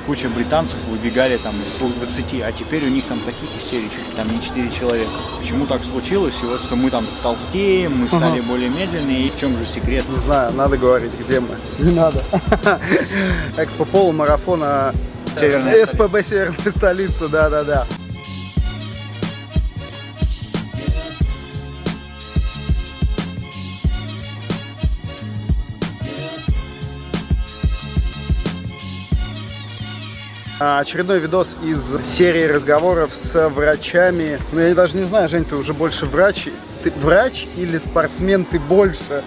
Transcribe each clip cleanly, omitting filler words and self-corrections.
куча британцев выбегали там из 20, а теперь у них там таких серий чуть ли там не 4 человека. Почему так случилось? И вот что мы там толстеем, мы стали более медленные, и в чем же секрет? Не знаю, надо говорить, где мы. Не надо. Экспо полумарафона СПБ Северная столица, да. Очередной видос из серии разговоров с врачами. Ну, я даже не знаю, Жень, ты уже больше врач. Ты врач или спортсмен ты больше?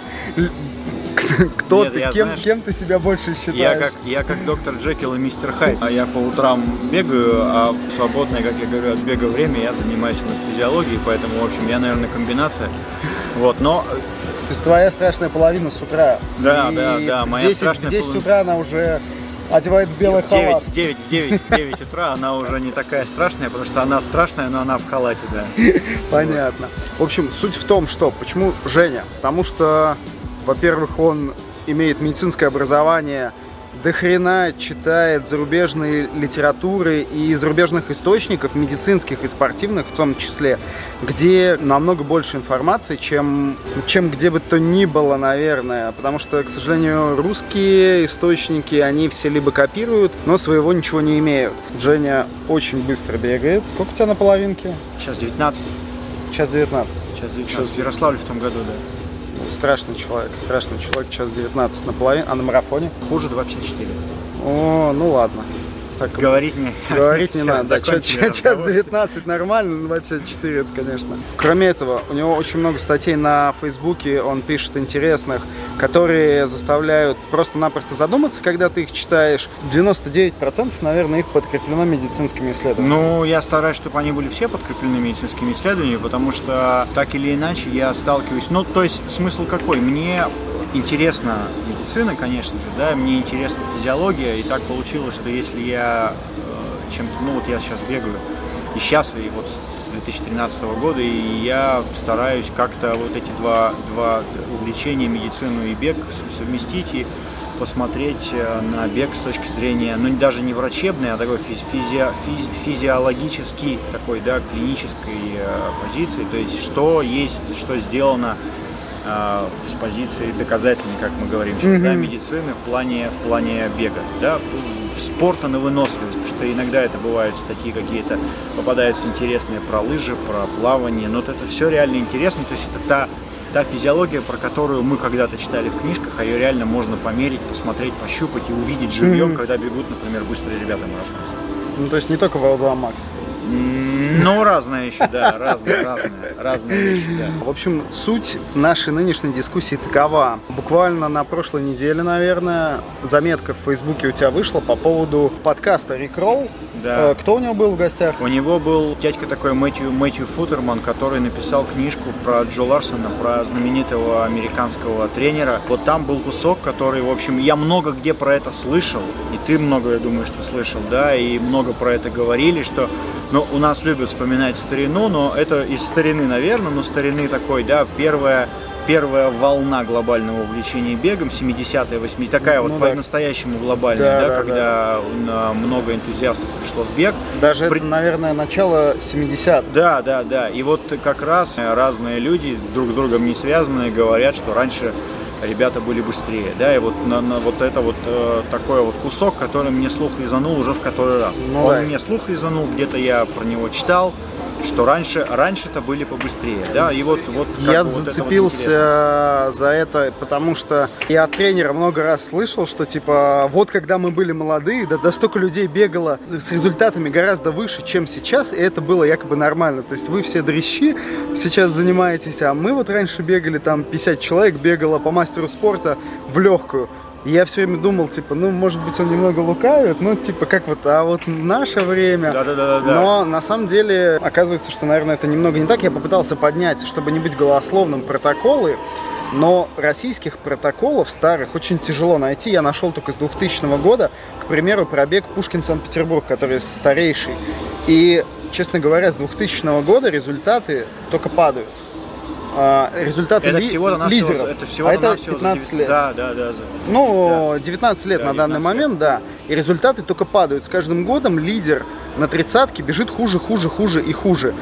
Кто ты? Кем ты себя больше считаешь? Я как доктор Джекил и мистер Хайд. Я по утрам бегаю, а в свободное, как я говорю, от бега время я занимаюсь анестезиологией, поэтому, в общем, я, наверное, комбинация. Вот, но... То есть твоя страшная половина с утра. Да, моя страшная половина. В 10 утра она уже... одевает в белый халат. В 9 утра она уже не такая страшная, потому что она страшная, но она в халате, да. Понятно. В общем, суть в том, что почему Женя? Потому что, во-первых, он имеет медицинское образование, до хрена читает зарубежные литературы и зарубежных источников, медицинских и спортивных в том числе, где намного больше информации, чем где бы то ни было, наверное. Потому что, к сожалению, русские источники, они все либо копируют, но своего ничего не имеют. Женя очень быстро бегает. Сколько у тебя на половинке? Сейчас 19. Сейчас 19. В Ярославле в том году, да. Страшный человек, час 19 на половине, а на марафоне? Хуже 2,54. О, ну ладно. Так, говорить не надо. Час 19 нормально, но 2,54 это, конечно. Кроме этого, у него очень много статей на Фейсбуке, он пишет интересных, которые заставляют просто-напросто задуматься, когда ты их читаешь. 99%, наверное, их подкреплено медицинскими исследованиями. Ну, я стараюсь, чтобы они были все подкреплены медицинскими исследованиями, потому что так или иначе я сталкиваюсь... Ну, то есть, смысл какой? Мне интересна медицина, конечно же, да, мне интересна физиология, и так получилось, что если я я сейчас бегаю, и вот с 2013 года, и я стараюсь как-то вот эти два увлечения, медицину и бег, совместить и посмотреть на бег с точки зрения, ну, даже не врачебной, а такой физиологический, такой, да, клинической позиции, то есть что сделано с позиции доказательной, как мы говорим, да, медицины в плане бега, да, спорта на выносливость, потому что иногда это бывают статьи какие-то, попадаются интересные про лыжи, про плавание, но вот это все реально интересно, то есть это та физиология, про которую мы когда-то читали в книжках, а ее реально можно померить, посмотреть, пощупать и увидеть живьем, когда бегут, например, быстрые ребята марафонцы. Ну, то есть не только VO2 Max. Ну, разные еще, да, разные вещи, да. В общем, суть нашей нынешней дискуссии такова. Буквально на прошлой неделе, наверное, заметка в Фейсбуке у тебя вышла по поводу подкаста Рик Ролл. Да. Кто у него был в гостях? У него был дядька такой Мэтью Футерман, который написал книжку про Джо Ларсона, про знаменитого американского тренера. Вот там был кусок, который, в общем, я много где про это слышал, и ты много, я думаю, что слышал, да, и много про это говорили, что, ну, у нас любят вспоминать старину, но это из старины, наверное, но старины такой, да, первая волна глобального увлечения бегом, 70-е, 80-е, такая вот по-настоящему глобальная, да, когда много энтузиастов пришло в бег. Даже это, наверное, начало 70-х. Да. И вот как раз разные люди, друг с другом не связанные, говорят, что раньше ребята были быстрее, да, и вот на вот это вот такой вот кусок, который мне слух резанул уже в который раз. Он мне слух резанул, где-то я про него читал, что раньше-то были побыстрее, да, и вот я зацепился за это, потому что я от тренера много раз слышал, что типа вот когда мы были молодые, да столько людей бегало с результатами гораздо выше, чем сейчас, и это было якобы нормально, то есть вы все дрищи сейчас занимаетесь, а мы вот раньше бегали, там 50 человек бегало по мастеру спорта в легкую. И я все время думал, типа, ну, может быть, он немного лукавит, ну, типа, как вот, а вот в наше время. Да. Но на самом деле, оказывается, что, наверное, это немного не так. Я попытался поднять, чтобы не быть голословным, протоколы, но российских протоколов старых очень тяжело найти. Я нашел только с 2000 года, к примеру, пробег Пушкин-Санкт-Петербург, который старейший. И, честно говоря, с 2000 года результаты только падают. Результаты лидеров, это всего это 15 лет. Да. Ну, 19 лет на данный момент, да. И И результаты только падают. С каждым годом лидер на тридцатке бежит хуже и хуже.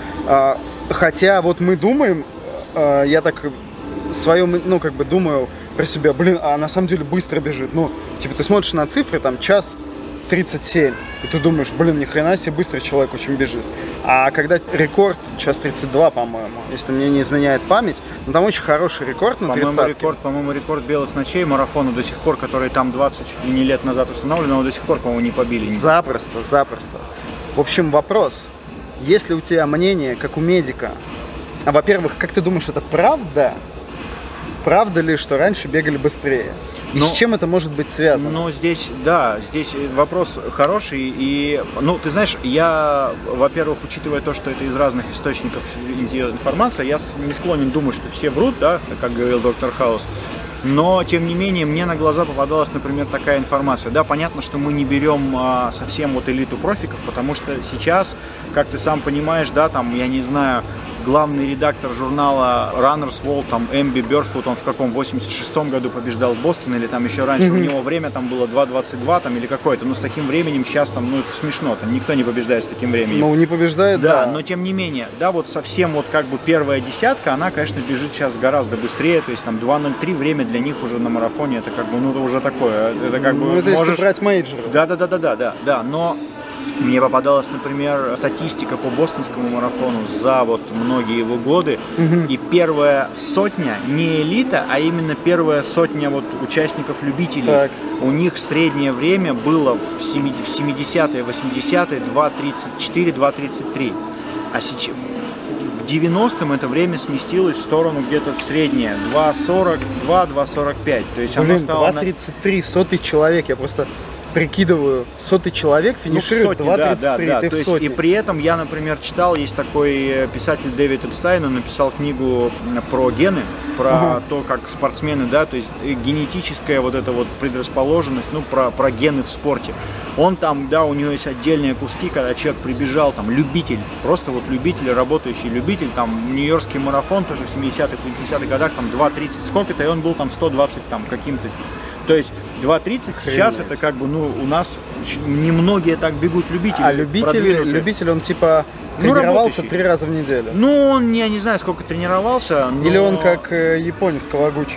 Хотя вот мы думаем, я так своем, думаю про себя, а на самом деле быстро бежит. Ты смотришь на цифры, там, час 37, и ты думаешь, ни хрена себе, быстро человек очень бежит. А когда рекорд, час 32, по-моему, если мне не изменяет память, там очень хороший рекорд на 30-ке. По-моему, рекорд белых ночей марафона до сих пор, который там 20 чуть ли не лет назад установлен, его до сих пор, по-моему, не побили. Запросто. В общем, вопрос, есть ли у тебя мнение, как у медика? Во-первых, как ты думаешь, это правда? Правда ли, что раньше бегали быстрее? И с чем это может быть связано? Здесь вопрос хороший. И, ты знаешь, я, во-первых, учитывая то, что это из разных источников информация, я не склонен думать, что все врут, да, как говорил доктор Хаус. Но, тем не менее, мне на глаза попадалась, например, такая информация. Да, понятно, что мы не берем совсем элиту профиков, потому что сейчас, как ты сам понимаешь, да, там, я не знаю, главный редактор журнала Runner's World, там, Эмби Бёрфут, он в каком, 86-м году побеждал в Бостоне, или там еще раньше, у него время там было 2:22, там, или какое-то, с таким временем сейчас там, это смешно, там, никто не побеждает с таким временем. Не побеждает, да. Но, тем не менее, да, вот совсем первая десятка, она, конечно, бежит сейчас гораздо быстрее, то есть, там, 2:03 время для них уже на марафоне, это это уже такое, это это можешь... если брать мейджоры. Да, но мне попадалась, например, статистика по бостонскому марафону за многие его годы, и первая сотня, не элита, а именно первая сотня участников-любителей, так. У них среднее время было в 70-е, 80-е 2:34, 2:33, а сейчас к 90-м это время сместилось в сторону где-то в среднее 2:42, 2:45, то есть оно стало 2:33, сотый человек, я просто прикидываю, сотый человек финиширует 2:33, ты в сотне. И при этом я, например, читал, есть такой писатель Дэвид Эпстайн, он написал книгу про гены, про то, как спортсмены, да, то есть генетическая предрасположенность, про гены в спорте. Он там, да, у него есть отдельные куски, когда человек прибежал, там, любитель, просто любитель, работающий любитель, там, нью-йоркский марафон, тоже в 70-х, 50-х годах, там, 2:30 сколько-то, и он был там 120, там, каким-то. То есть 2:30 сейчас это у нас немногие так бегут любители. А любитель он тренировался 3 раза в неделю. Он, я не знаю, сколько тренировался. Но... Или он как японец Кавагучи.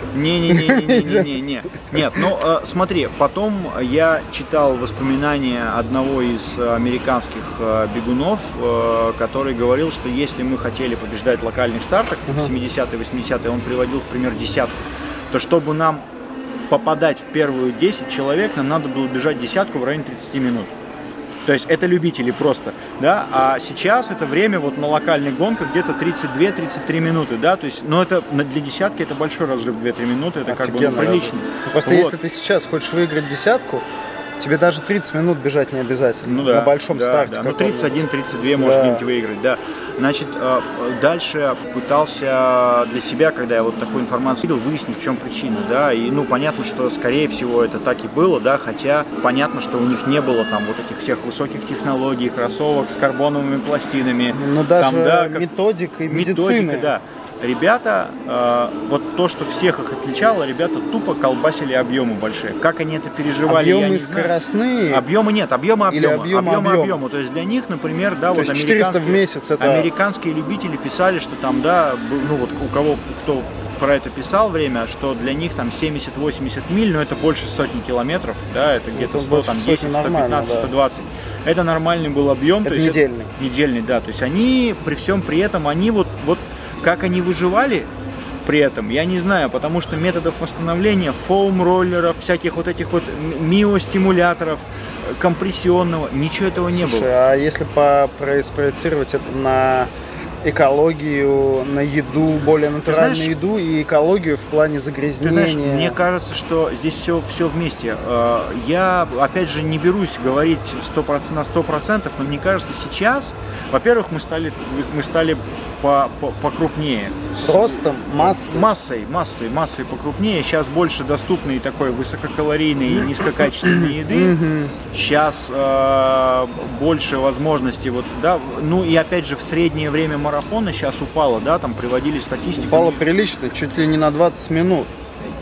Не. Нет, смотри, потом я читал воспоминания одного из американских бегунов, который говорил, что если мы хотели побеждать в локальных стартах в 70-е, 80-е, он приводил в пример десятку, то чтобы нам попадать в первую 10 человек, нам надо было бежать десятку в районе 30 минут. То есть это любители просто, да, а сейчас это время на локальных гонках где-то 32-33 минуты, да, то есть, это для десятки это большой разрыв 2-3 минуты, это прилично. Просто если ты сейчас хочешь выиграть десятку, тебе даже 30 минут бежать не обязательно на большом старте. 31-32 можно где-нибудь выиграть, да. Значит, дальше пытался для себя, когда я такую информацию видел, выяснить, в чем причина, да, и, понятно, что, скорее всего, это так и было, да, хотя понятно, что у них не было там этих всех высоких технологий, кроссовок с карбоновыми пластинами. Даже методика и медицина. Да. Ребята, то, что всех их отличало, ребята тупо колбасили объемы большие. Как они это переживали, объемы я не скоростные? Знаю. Объемы нет, объемы. Объемы. То есть для них, например, да, то есть 400 в месяц это... Американские любители писали, что там, да, кто про это писал время, что для них там 70-80 миль, но это больше сотни километров, да, это где-то 100, там, 10, 115, 120. Это нормальный был объем. Это то есть недельный. Недельный, да. То есть они, при всем при этом, они как они выживали при этом, я не знаю, потому что методов восстановления, фоум-роллеров, всяких этих миостимуляторов, компрессионного, ничего этого не было. А если спроецировать это на экологию, на еду, более натуральную еду и экологию в плане загрязнения? Ты знаешь, мне кажется, что здесь все вместе. Я, опять же, не берусь говорить на 100%, но мне кажется, сейчас, во-первых, мы стали покрупнее. Ростом, массой? Массой покрупнее. Сейчас больше доступной такой высококалорийной и низкокачественной еды. Сейчас больше возможностей. И опять же, в среднее время марафона сейчас упало, да, там приводили статистику. Упало прилично, чуть ли не на 20 минут.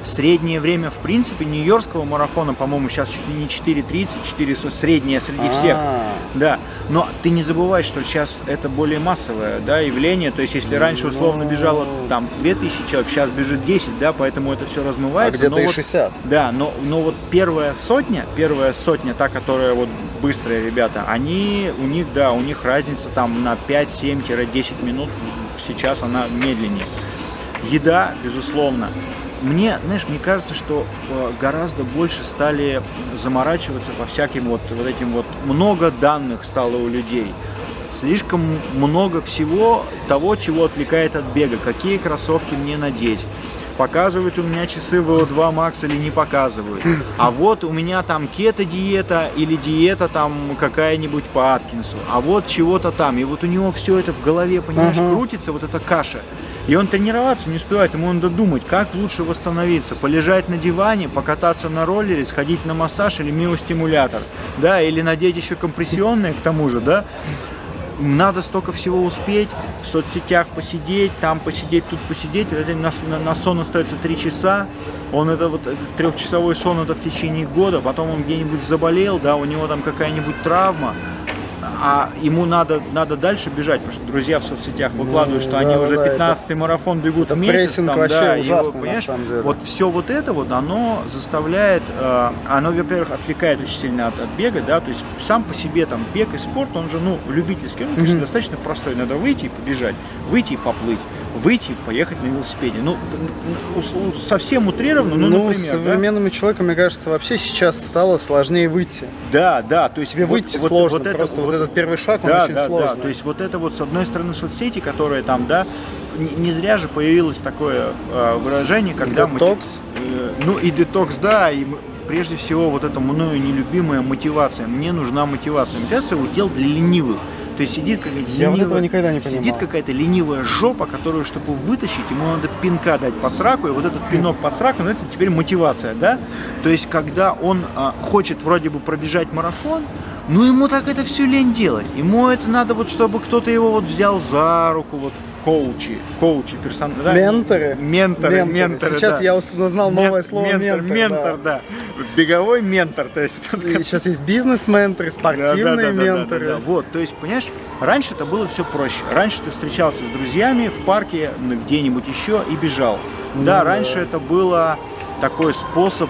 Среднее время, в принципе, нью-йоркского марафона, по-моему, сейчас чуть ли не 4:30, 4:40, среднее среди всех. Да, но ты не забывай, что сейчас это более массовое, да, явление. То есть, если раньше условно бежало там 2000 человек, сейчас бежит 10, да, поэтому это все размывается. Где-то и 60. Да, но вот первая сотня, та, которая вот быстрые ребята, у них разница там на 5-7-10 минут, сейчас она медленнее. Еда, безусловно. Мне кажется, что гораздо больше стали заморачиваться по всяким вот этим вот, много данных стало у людей. Слишком много всего того, чего отвлекает от бега. Какие кроссовки мне надеть? Показывают у меня часы VO2 Max или не показывают. А вот у меня там кето-диета или диета там какая-нибудь по Аткинсу. А вот чего-то там. И вот у него все это в голове, понимаешь, крутится, вот эта каша. И он тренироваться не успевает, ему надо думать, как лучше восстановиться. Полежать на диване, покататься на роллере, сходить на массаж или миостимулятор. Да, или надеть еще компрессионные к тому же, да. Надо столько всего успеть, в соцсетях посидеть, там посидеть, тут посидеть. На сон остается 3 часа. Этот 3-часовой сон это в течение года. Потом он где-нибудь заболел, да, у него там какая-нибудь травма. А ему надо дальше бежать, потому что друзья в соцсетях выкладывают, что они уже 15-й марафон бегут в месяц. Прессинг там, вообще да, ужасный, понимаешь, на самом деле. Вот все вот это вот, оно заставляет, оно, во-первых, отвлекает очень сильно от бега, да, то есть сам по себе там бег и спорт, он же, любительский, он, конечно, достаточно простой. Надо выйти и побежать, выйти и поплыть, выйти и поехать на велосипеде. Совсем утрированно, например. Современному человеку, мне кажется, вообще сейчас стало сложнее выйти. Да, то есть тебе выйти сложно, просто этот первый шаг, он очень сложный. Да, то есть вот это вот с одной стороны соцсети, которые там, да, не зря же появилось такое выражение, когда детокс. И детокс, да, и прежде всего вот эта мною нелюбимая мотивация. Мне нужна мотивация. Мотивация удел для ленивых. То есть сидит какая-то ленивая жопа, которую, чтобы вытащить, ему надо пинка дать под сраку, и вот этот пинок под сраку, это теперь мотивация, да? То есть, когда он хочет вроде бы пробежать марафон, ему так это все лень делать. Ему это надо вот, чтобы кто-то его вот взял за руку, вот коучи, менторы. Сейчас я узнал новое слово ментор, да. Беговой ментор, то есть сейчас есть бизнес-менторы, спортивные менторы. Да. Вот, то есть, понимаешь, раньше это было все проще. Раньше ты встречался с друзьями в парке, где-нибудь еще и бежал. Да, раньше это было такой способ.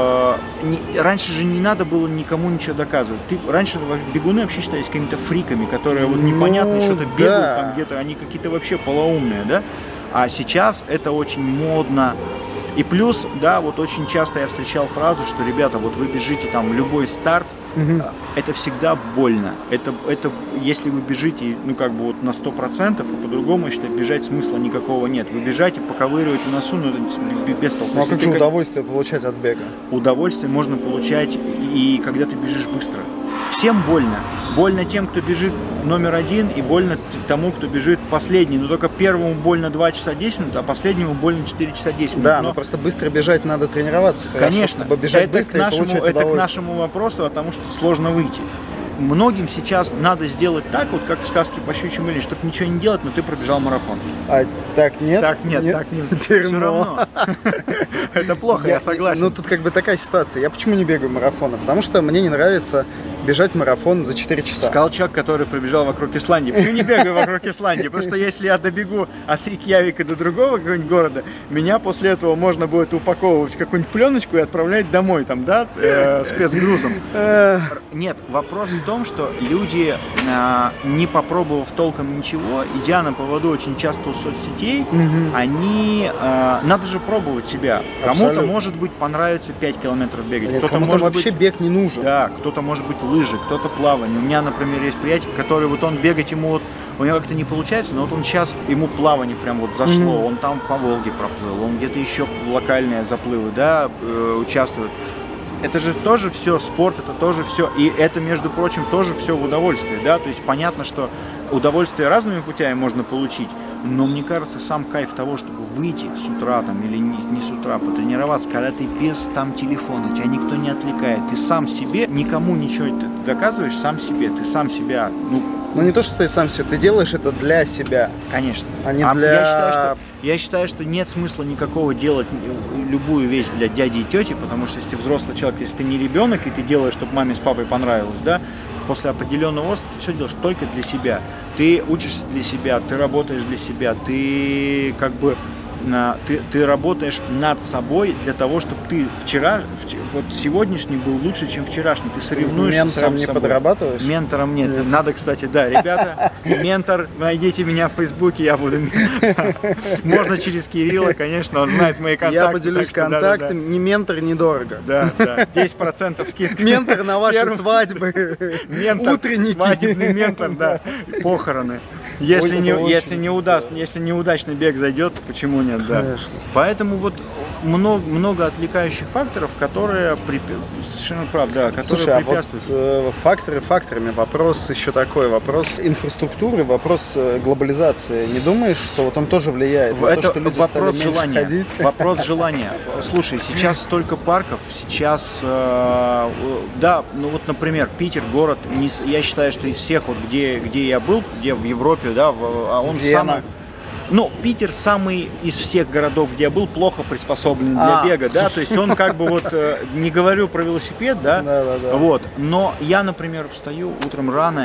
Раньше же не надо было никому ничего доказывать. Раньше бегуны вообще считались какими-то фриками, которые вот непонятно что-то бегают, там где-то, они какие-то вообще полоумные, да? А сейчас это очень модно. И плюс, да, вот очень часто я встречал фразу, что, ребята, вот вы бежите там любой старт, это всегда больно. Это если вы бежите, на 100%, и по-другому, что бежать смысла никакого нет. Вы бежите, поковыриваете носу, но это без толку. Ну а как же удовольствие получать от бега? Удовольствие можно получать и когда ты бежишь быстро. Всем больно. Больно тем, кто бежит номер 1, и больно тому, кто бежит последний. Но только первому больно 2 часа 10 минут, а последнему больно 4 часа 10 минут. Да, но просто быстро бежать надо тренироваться. Конечно, чтобы бежать быстро и получать удовольствие. Это к нашему вопросу о том, что сложно выйти. Многим сейчас надо сделать так, вот как в сказке по щучьему линии, чтобы ничего не делать, но ты пробежал марафон. А так нет? Так нет. Все равно. Это плохо, я согласен. Тут такая ситуация. Я почему не бегаю марафоны? Потому что мне не нравится бежать марафон за 4 часа. Сказал человек, который пробежал вокруг Исландии. Почему не бегаю вокруг Исландии? Потому что если я добегу от Рейкьявика до другого какого-нибудь города, меня после этого можно будет упаковывать в какую-нибудь пленочку и отправлять домой, там, да, спецгрузом. Нет, вопрос в том, что люди, не попробовав толком ничего, идя на поводу очень часто у соцсетей, они, надо же пробовать себя. Кому-то, может быть, понравится 5 километров бегать. Кому-то вообще бег не нужен. Да, кто-то может быть лыжи, кто-то плавание. У меня, например, есть приятель, который вот он бегать ему у него как-то не получается, но вот он сейчас, ему плавание прям вот зашло, он там по Волге проплыл, он где-то еще в локальные заплывы, да, участвует. Это же тоже все спорт, это тоже все, и это, между прочим, тоже все в удовольствии, да, то есть понятно, что удовольствие разными путями можно получить, но мне кажется, сам кайф того, чтобы выйти с утра там или не с утра, потренироваться, когда ты без там телефона, тебя никто не отвлекает, ты сам себе, никому ничего ты доказываешь, сам себе, ты сам себя, Ну не то, что ты сам себе, ты делаешь это для себя. Конечно. А не для... Я считаю, что нет смысла никакого делать любую вещь для дяди и тети, потому что если ты взрослый человек, если ты не ребенок, и ты делаешь, чтобы маме с папой понравилось, да, после определенного возраста ты все делаешь только для себя. Ты учишься для себя, ты работаешь для себя, ты как бы ты работаешь над собой для того, чтобы ты вот сегодняшний был лучше, чем вчерашний. Ты соревнуешься ментором сам с не собой. подрабатываешь? Ментором нет. Надо, кстати, да, ребята, ментор, найдите меня в Фейсбуке, я буду. Можно через Кирилла, конечно, он знает мои контакты. Я поделюсь контактами. Ни ментор, недорого. Да, 10% скидка. Ментор на ваши свадьбы. Ментор, утренники. Свадебный ментор, да. Похороны. Если неудачный бег зайдет, почему нет, да. Конечно. Поэтому вот много отвлекающих факторов, которые совершенно прав, да, которые препятствуют. Вот, факторы факторами. Вопрос еще такой, вопрос инфраструктуры, вопрос глобализации. Не думаешь, что вот он тоже влияет? Это то, что люди вопрос стали меньше желания. ходить? Вопрос желания. Слушай, сейчас столько парков, сейчас, да, ну вот, например, Питер, город, я считаю, что из всех, вот где я был, где в Европе, да, он самый... Ну, Питер самый из всех городов, где я был, плохо приспособлен для бега, да, то есть он как бы вот, не говорю про велосипед, да, вот, но я, например, встаю утром рано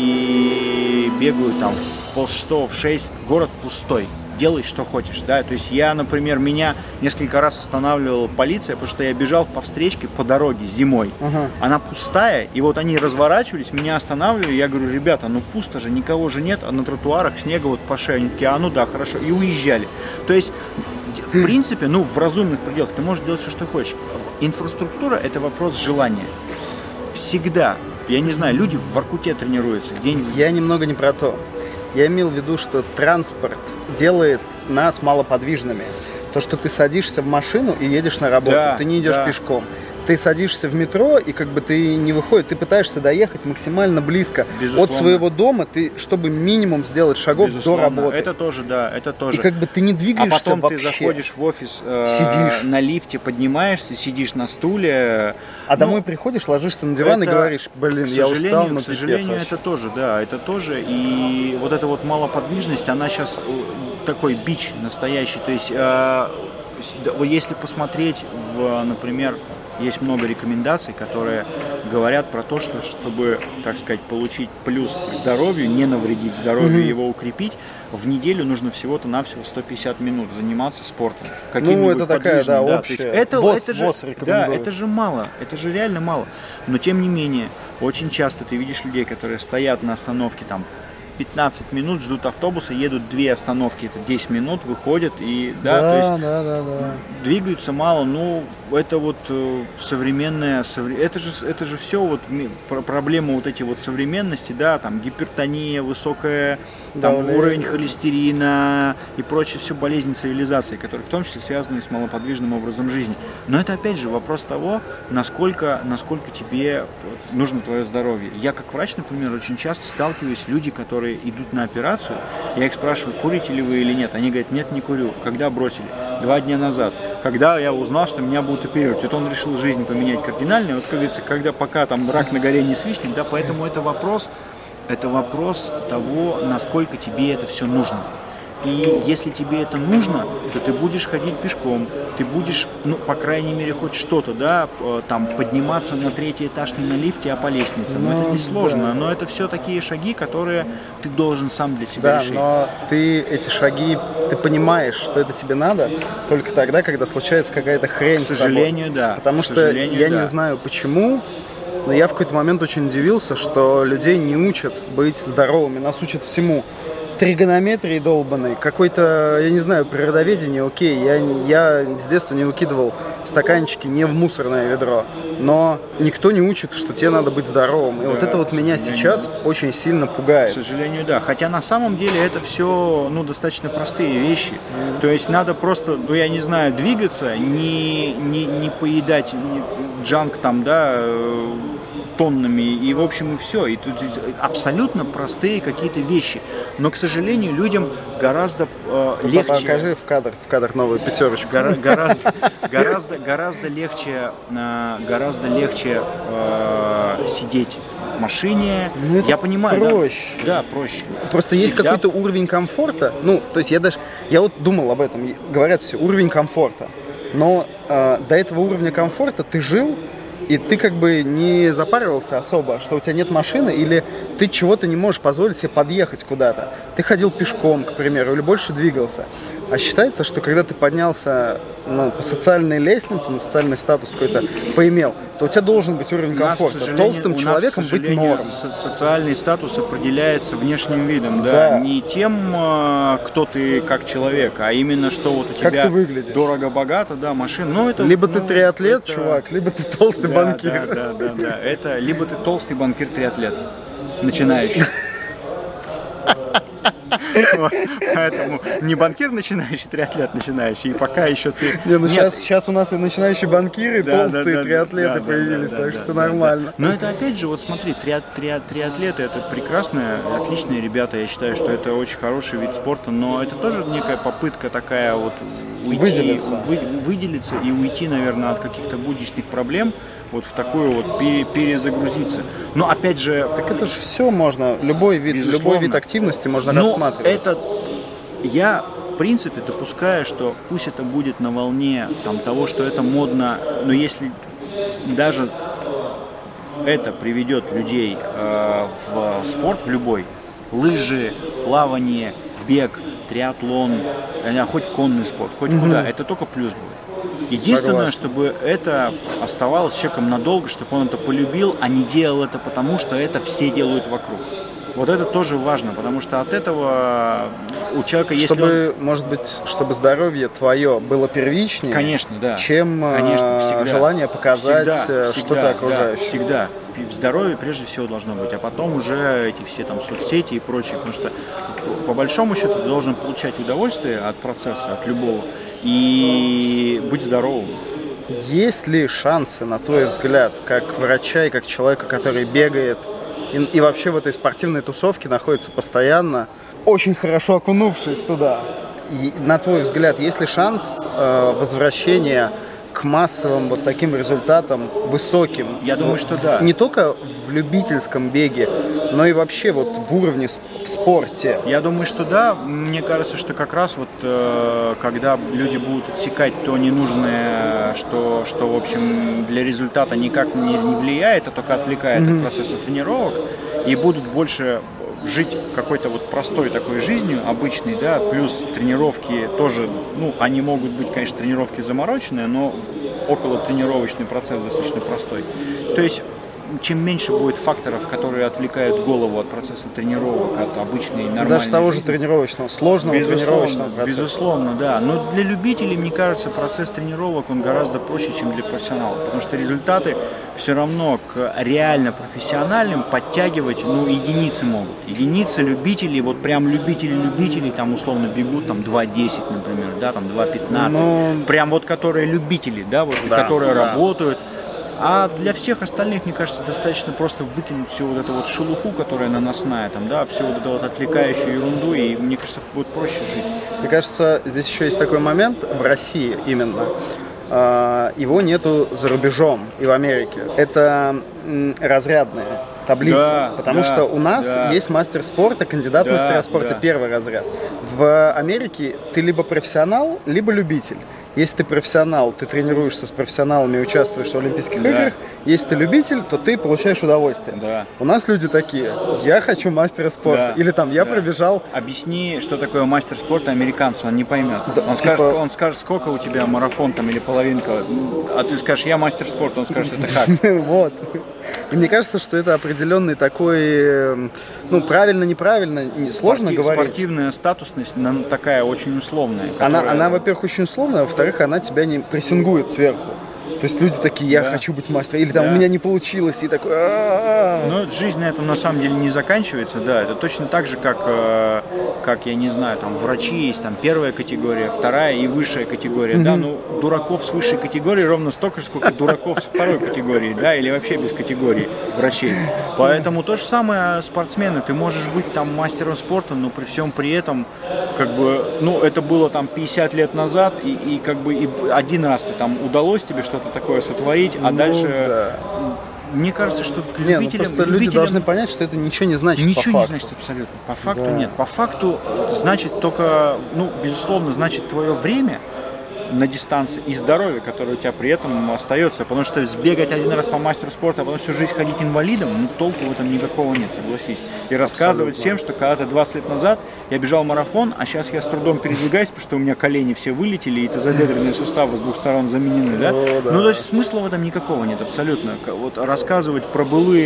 и бегаю там в 5:30, в 6, город пустой. Делай, что хочешь, да, то есть я, например, меня несколько раз останавливала полиция, потому что я бежал по встречке по дороге зимой, она пустая, и вот они разворачивались, меня останавливали, я говорю, ребята, ну пусто же, никого же нет, а на тротуарах снега вот по шее, они такие, ну да, хорошо, и уезжали, то есть, в принципе, ну в разумных пределах ты можешь делать все, что хочешь, инфраструктура – это вопрос желания, всегда, я не знаю, люди в Воркуте тренируются, где-нибудь. Я немного не про то. Я имел в виду, что транспорт делает нас малоподвижными. То, что ты садишься в машину и едешь на работу, ты не идешь пешком. Ты садишься в метро, и как бы ты не выходишь, ты пытаешься доехать максимально близко от своего дома, чтобы минимум сделать шагов до работы. Это тоже, да, это тоже. И как бы ты не двигаешься вообще. А потом вообще. Ты заходишь в офис, сидишь на лифте, поднимаешься, сидишь на стуле. А домой приходишь, ложишься на диван и говоришь, блин, я устал, но к сожалению, это тоже, да, это тоже. И вот эта вот малоподвижность, она сейчас такой бич настоящий. То есть, если посмотреть, например, есть много рекомендаций, которые говорят про то, что чтобы, так сказать, получить плюс к здоровью, не навредить здоровью, его укрепить, в неделю нужно всего-то навсего 150 минут заниматься спортом. Ну, это такая, да, общая. Это же мало, это же реально мало. Но тем не менее, очень часто ты видишь людей, которые стоят на остановке там 15 минут, ждут автобуса, едут 2 остановки, это 10 минут, выходят и, то есть двигаются мало, ну, это вот современная, это же все вот проблема вот эти вот современности, да, там гипертония, высокая, там уровень холестерина и прочее, все болезни цивилизации, которые в том числе связаны с малоподвижным образом жизни. Но это опять же вопрос того, насколько тебе нужно твое здоровье. Я как врач, например, очень часто сталкиваюсь с людьми, которые идут на операцию, я их спрашиваю, курите ли вы или нет, они говорят, нет, не курю. Когда бросили? 2 дня назад. Когда я узнал, что меня будут оперировать, вот он решил жизнь поменять кардинально, вот, как говорится, пока там рак на горе не свистнет, да, поэтому это вопрос того, насколько тебе это все нужно. И если тебе это нужно, то ты будешь ходить пешком, ты будешь, ну, по крайней мере, хоть что-то, да, там, подниматься на 3-й этаж не на лифте, а по лестнице. Но это не сложно, но это все такие шаги, которые ты должен сам для себя решить. Да, но ты эти шаги, ты понимаешь, что это тебе надо, только тогда, когда случается какая-то хрень с тобой. К сожалению, да. Потому что я не знаю почему, но я в какой-то момент очень удивился, что людей не учат быть здоровыми, нас учат всему. Тригонометрии долбаной, какой-то, я не знаю, природоведение, окей, я с детства не выкидывал стаканчики не в мусорное ведро, но никто не учит, что тебе надо быть здоровым, и вот это вот меня сейчас очень сильно пугает. К сожалению, да, хотя на самом деле это все, ну, достаточно простые вещи, то есть надо просто, ну, я не знаю, двигаться, не поедать джанк там, да, тоннами, и в общем и все. И тут абсолютно простые какие-то вещи. Но, к сожалению, людям гораздо легче... Покажи в кадр новую 5. Гораздо легче сидеть в машине. Ну, это я понимаю, проще. Да, проще. Просто есть какой-то уровень комфорта. Ну, то есть я вот думал об этом. Говорят все, уровень комфорта. Но до этого уровня комфорта ты жил, и ты как бы не запаривался особо, что у тебя нет машины, или ты чего-то не можешь позволить себе подъехать куда-то. Ты ходил пешком, к примеру, или больше двигался. А считается, что когда ты поднялся по социальной лестнице, на социальный статус какой-то поимел, то у тебя должен быть уровень комфорта. Толстым человеком быть норм. Социальный статус определяется внешним видом, да. Не тем, кто ты как человек, а именно, что вот у тебя дорого-богато, да, машина. Ну, это, либо ты триатлет, чувак, либо ты толстый банкир. Да. Это либо ты толстый банкир-триатлет, начинающий. Вот. Поэтому не банкир начинающий, триатлет начинающий, и пока еще ты... Сейчас у нас и начинающие банкиры, и толстые триатлеты появились, так что все нормально. Но это опять же, вот смотри, триатлеты это прекрасные, отличные ребята, я считаю, что это очень хороший вид спорта, но это тоже некая попытка такая вот выделиться и уйти, наверное, от каких-то будничных проблем, вот в такую вот перезагрузиться. Но опять же... Так это же все можно, любой вид активности можно рассматривать. Я, в принципе, допускаю, что пусть это будет на волне того, что это модно, но если даже это приведет людей в спорт, в любой, лыжи, плавание, бег, триатлон, хоть конный спорт, хоть куда, это только плюс будет. Единственное, чтобы это оставалось человеком надолго, чтобы он это полюбил, а не делал это потому, что это все делают вокруг. Вот это тоже важно, потому что от этого у человека есть... Может быть, чтобы здоровье твое было первичнее, конечно, да. чем желание показать что-то окружающее. Да, всегда. Здоровье прежде всего должно быть, а потом уже эти все соцсети и прочее, потому что по большому счету ты должен получать удовольствие от процесса, от любого, и быть здоровым. Есть ли шансы, на твой взгляд, как врача и как человека, который бегает и вообще в этой спортивной тусовке находится постоянно, очень хорошо окунувшись туда, и, на твой взгляд, есть ли шанс возвращения к массовым вот таким результатам, высоким? Я думаю, что да. Не только в любительском беге, но и вообще вот в уровне в спорте. Я думаю, что да. Мне кажется, что как раз вот когда люди будут отсекать то ненужное, что в общем для результата никак не влияет, а только отвлекает от процесса тренировок, и будут больше жить какой-то вот простой такой жизнью, обычной, да, плюс тренировки тоже, они могут быть, конечно, тренировки замороченные, но около тренировочный процесс достаточно простой. То есть, чем меньше будет факторов, которые отвлекают голову от процесса тренировок, от обычной нормальной даже того жизни. Же тренировочного, сложного тренировочного процесса. Безусловно, да. Но для любителей, мне кажется, процесс тренировок, он гораздо проще, чем для профессионалов, потому что результаты все равно к реально профессиональным подтягивать, единицы могут. Единицы любителей, вот прям любители, там условно бегут, там 2.10, например, да, там 2.15, прям вот которые любители, да, вот, которые работают. А для всех остальных, мне кажется, достаточно просто выкинуть всю вот эту вот шелуху, которая наносная, всю вот эту вот отвлекающую ерунду, и мне кажется, будет проще жить. Мне кажется, здесь еще есть такой момент, в России именно, его нету за рубежом и в Америке. Это разрядные таблицы, потому что у нас есть мастер спорта, кандидат в мастера спорта первый разряд. В Америке ты либо профессионал, либо любитель. Если ты профессионал, ты тренируешься с профессионалами и участвуешь в Олимпийских играх. Если ты любитель, то ты получаешь удовольствие. Да. У нас люди такие: я хочу мастера спорта. Или я пробежал. Объясни, что такое мастер спорта американцу, он не поймет. Он скажет, сколько у тебя марафон или половинка, а ты скажешь, я мастер спорта, он скажет, это как? Вот. И мне кажется, что это определенный такой, правильно, неправильно, сложно говорить. Спортивная статусность, она такая очень условная. Она, во-первых, очень условная, а во-вторых, она тебя не прессингует сверху. То есть люди такие: я хочу быть мастером, или у меня не получилось, и такой. Но жизнь на этом на самом деле не заканчивается, да. Это точно так же, как я не знаю, врачи есть, первая категория, вторая и высшая категория, да. Дураков с высшей категории ровно столько же, сколько дураков со второй категории, да, или вообще без категории врачей. Поэтому то же самое спортсмены. Ты можешь быть мастером спорта, но при всем при этом, это было 50 лет назад, и один раз удалось тебе что-то такое сотворить, а дальше мне кажется, что к Не, ну любителям... просто люди должны понять, что это ничего не значит по Ничего не факту. значит абсолютно. По факту Да. нет. По факту значит только, ну, безусловно, значит твое время на дистанции и здоровье, которое у тебя при этом остается. Потому что сбегать один раз по мастеру спорта, а потом всю жизнь ходить инвалидом, ну, толку в этом никакого нет, согласись. И рассказывать всем, что когда-то 20 лет назад я бежал марафон, а сейчас я с трудом передвигаюсь, потому что у меня колени все вылетели, и тазобедренные суставы с двух сторон заменены, да? О, да. Ну, то есть смысла в этом никакого нет, абсолютно. Вот рассказывать про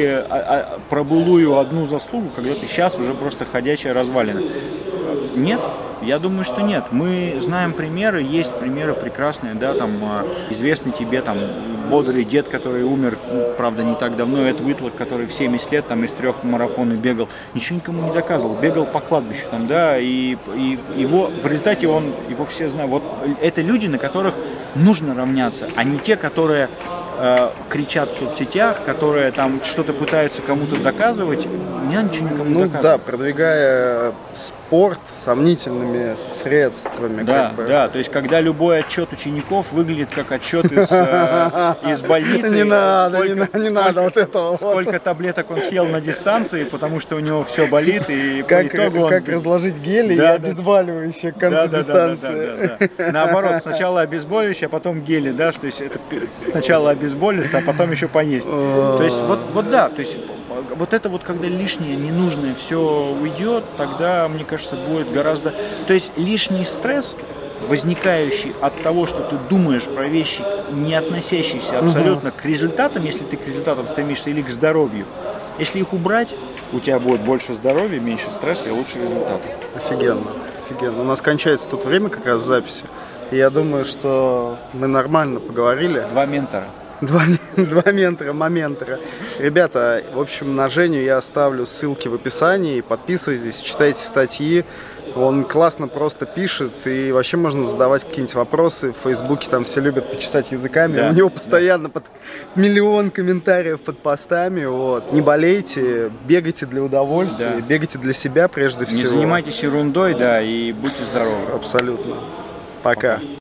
былую одну заслугу, когда ты сейчас уже просто ходячая развалина. Нет, я думаю, что нет. Мы знаем примеры, есть примеры прекрасные, да, там известный тебе там бодрый дед, который умер, правда, не так давно, Эд Уитлок, который в 70 лет там из 3 марафонов бегал, ничего никому не доказывал, бегал по кладбищу там, да, и его, в результате его все знают. Вот это люди, на которых нужно равняться, а не те, которые кричат в соцсетях, которые там что-то пытаются кому-то доказывать, не надо ничего никому доказывать. Да, продвигая спорт сомнительными средствами. Да, как бы. да, то есть когда любой отчет учеников выглядит как отчет из больницы. Не надо вот этого. Сколько таблеток он съел на дистанции, потому что у него все болит, и по итогу он... Как разложить гели и обезболивающее к концу дистанции. Наоборот, сначала обезболивающее, а потом гели, да, то есть это сначала обезболиться, а потом еще поесть. То есть вот да, то есть вот это вот, когда лишнее, ненужное все уйдет, тогда, мне кажется, будет гораздо... То есть лишний стресс, возникающий от того, что ты думаешь про вещи, не относящиеся абсолютно к результатам, если ты к результатам стремишься, или к здоровью. Если их убрать, у тебя будет больше здоровья, меньше стресса и лучшие результаты. Офигенно, офигенно. У нас кончается тут время как раз записи. И я думаю, что мы нормально поговорили. 2 ментора. Два ментора. Ребята, в общем, на Женю я оставлю ссылки в описании. Подписывайтесь, читайте статьи. Он классно просто пишет, и вообще можно задавать какие-нибудь вопросы. В Фейсбуке там все любят почесать языками. Да, у него постоянно под миллион комментариев под постами. Вот. Не болейте, бегайте для удовольствия, бегайте для себя прежде всего. Не занимайтесь ерундой, да, и будьте здоровы. Абсолютно. Пока.